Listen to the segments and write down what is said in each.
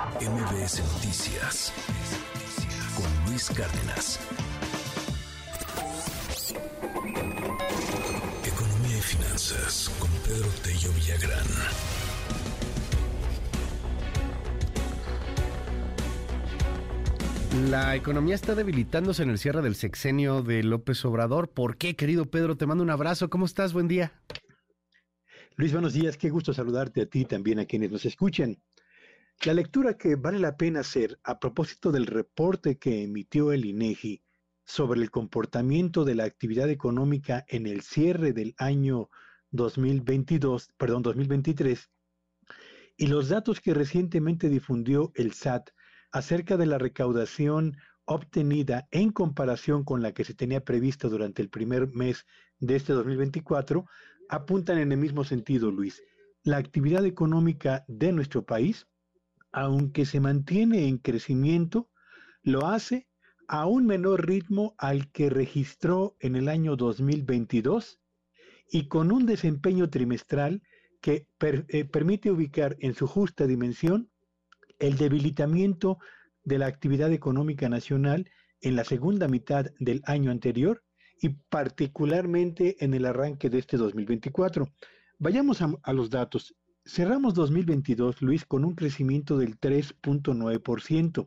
MBS Noticias con Luis Cárdenas. Economía y finanzas con Pedro Tello Villagrán. La economía está debilitándose en el cierre del sexenio de López Obrador. ¿Por qué, querido Pedro? Te mando un abrazo. ¿Cómo estás? Buen día. Luis, buenos días. Qué gusto saludarte a ti y también a quienes nos escuchen. La lectura que vale la pena hacer a propósito del reporte que emitió el INEGI sobre el comportamiento de la actividad económica en el cierre del año 2023, y los datos que recientemente difundió el SAT acerca de la recaudación obtenida en comparación con la que se tenía prevista durante el primer mes de este 2024, apuntan en el mismo sentido, Luis. La actividad económica de nuestro país, aunque se mantiene en crecimiento, lo hace a un menor ritmo al que registró en el año 2022 y con un desempeño trimestral que permite ubicar en su justa dimensión el debilitamiento de la actividad económica nacional en la segunda mitad del año anterior y particularmente en el arranque de este 2024. Vayamos a los datos. Cerramos 2022, Luis, con un crecimiento del 3.9%.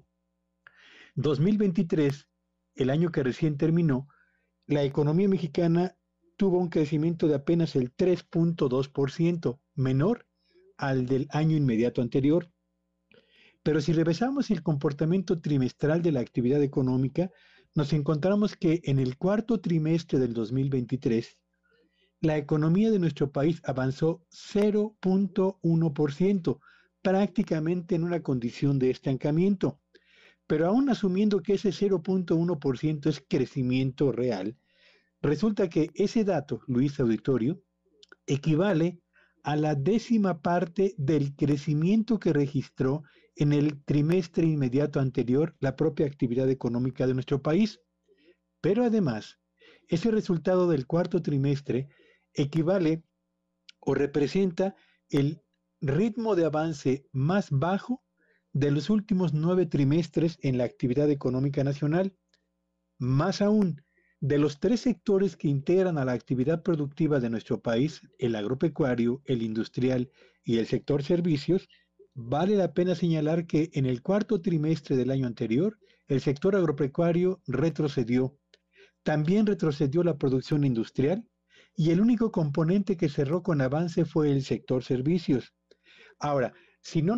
2023, el año que recién terminó, la economía mexicana tuvo un crecimiento de apenas el 3.2%, menor al del año inmediato anterior. Pero si revisamos el comportamiento trimestral de la actividad económica, nos encontramos que en el cuarto trimestre del 2023, la economía de nuestro país avanzó 0.1%, prácticamente en una condición de estancamiento. Pero aún asumiendo que ese 0.1% es crecimiento real, resulta que ese dato, Luis Auditorio, equivale a la 10ª parte del crecimiento que registró en el trimestre inmediato anterior la propia actividad económica de nuestro país. Pero además, ese resultado del cuarto trimestre equivale o representa el ritmo de avance más bajo de los últimos 9 trimestres en la actividad económica nacional. Más aún, de los 3 sectores que integran a la actividad productiva de nuestro país, el agropecuario, el industrial y el sector servicios, vale la pena señalar que en el cuarto trimestre del año anterior, el sector agropecuario retrocedió. También retrocedió la producción industrial y el único componente que cerró con avance fue el sector servicios. Ahora, si no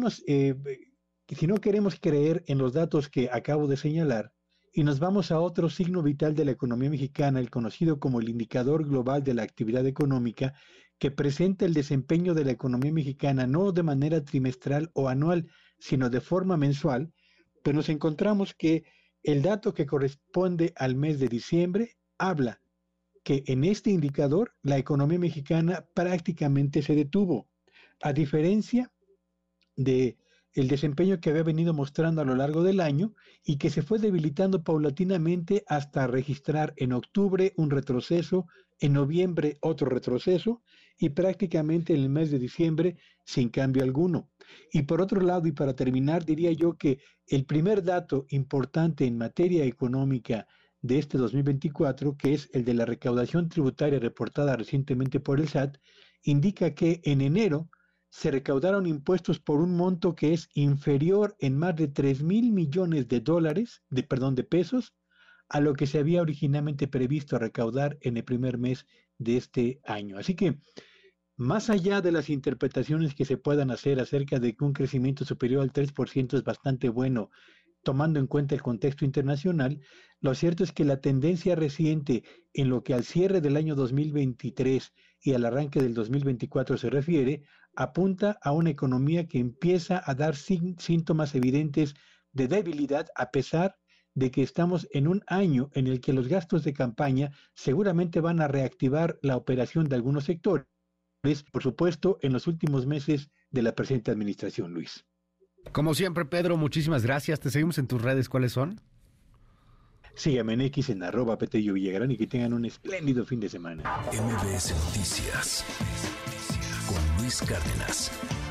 queremos creer en los datos que acabo de señalar, y nos vamos a otro signo vital de la economía mexicana, el conocido como el indicador global de la actividad económica, que presenta el desempeño de la economía mexicana no de manera trimestral o anual, sino de forma mensual, pues nos encontramos que el dato que corresponde al mes de diciembre habla que en este indicador la economía mexicana prácticamente se detuvo, a diferencia de el desempeño que había venido mostrando a lo largo del año y que se fue debilitando paulatinamente hasta registrar en octubre un retroceso, en noviembre otro retroceso y prácticamente en el mes de diciembre sin cambio alguno. Y por otro lado, y para terminar, diría yo que el primer dato importante en materia económica de este 2024, que es el de la recaudación tributaria reportada recientemente por el SAT, indica que en enero se recaudaron impuestos por un monto que es inferior en más de 3,000 millones de pesos, a lo que se había originalmente previsto recaudar en el primer mes de este año. Así que, más allá de las interpretaciones que se puedan hacer acerca de que un crecimiento superior al 3% es bastante bueno, tomando en cuenta el contexto internacional, lo cierto es que la tendencia reciente en lo que al cierre del año 2023 y al arranque del 2024 se refiere, apunta a una economía que empieza a dar síntomas evidentes de debilidad, a pesar de que estamos en un año en el que los gastos de campaña seguramente van a reactivar la operación de algunos sectores, por supuesto, en los últimos meses de la presente administración, Luis. Como siempre, Pedro, muchísimas gracias. Te seguimos en tus redes. ¿Cuáles son? Síganme en X en @Petello Villagrán y que tengan un espléndido fin de semana. MBS Noticias con Luis Cárdenas.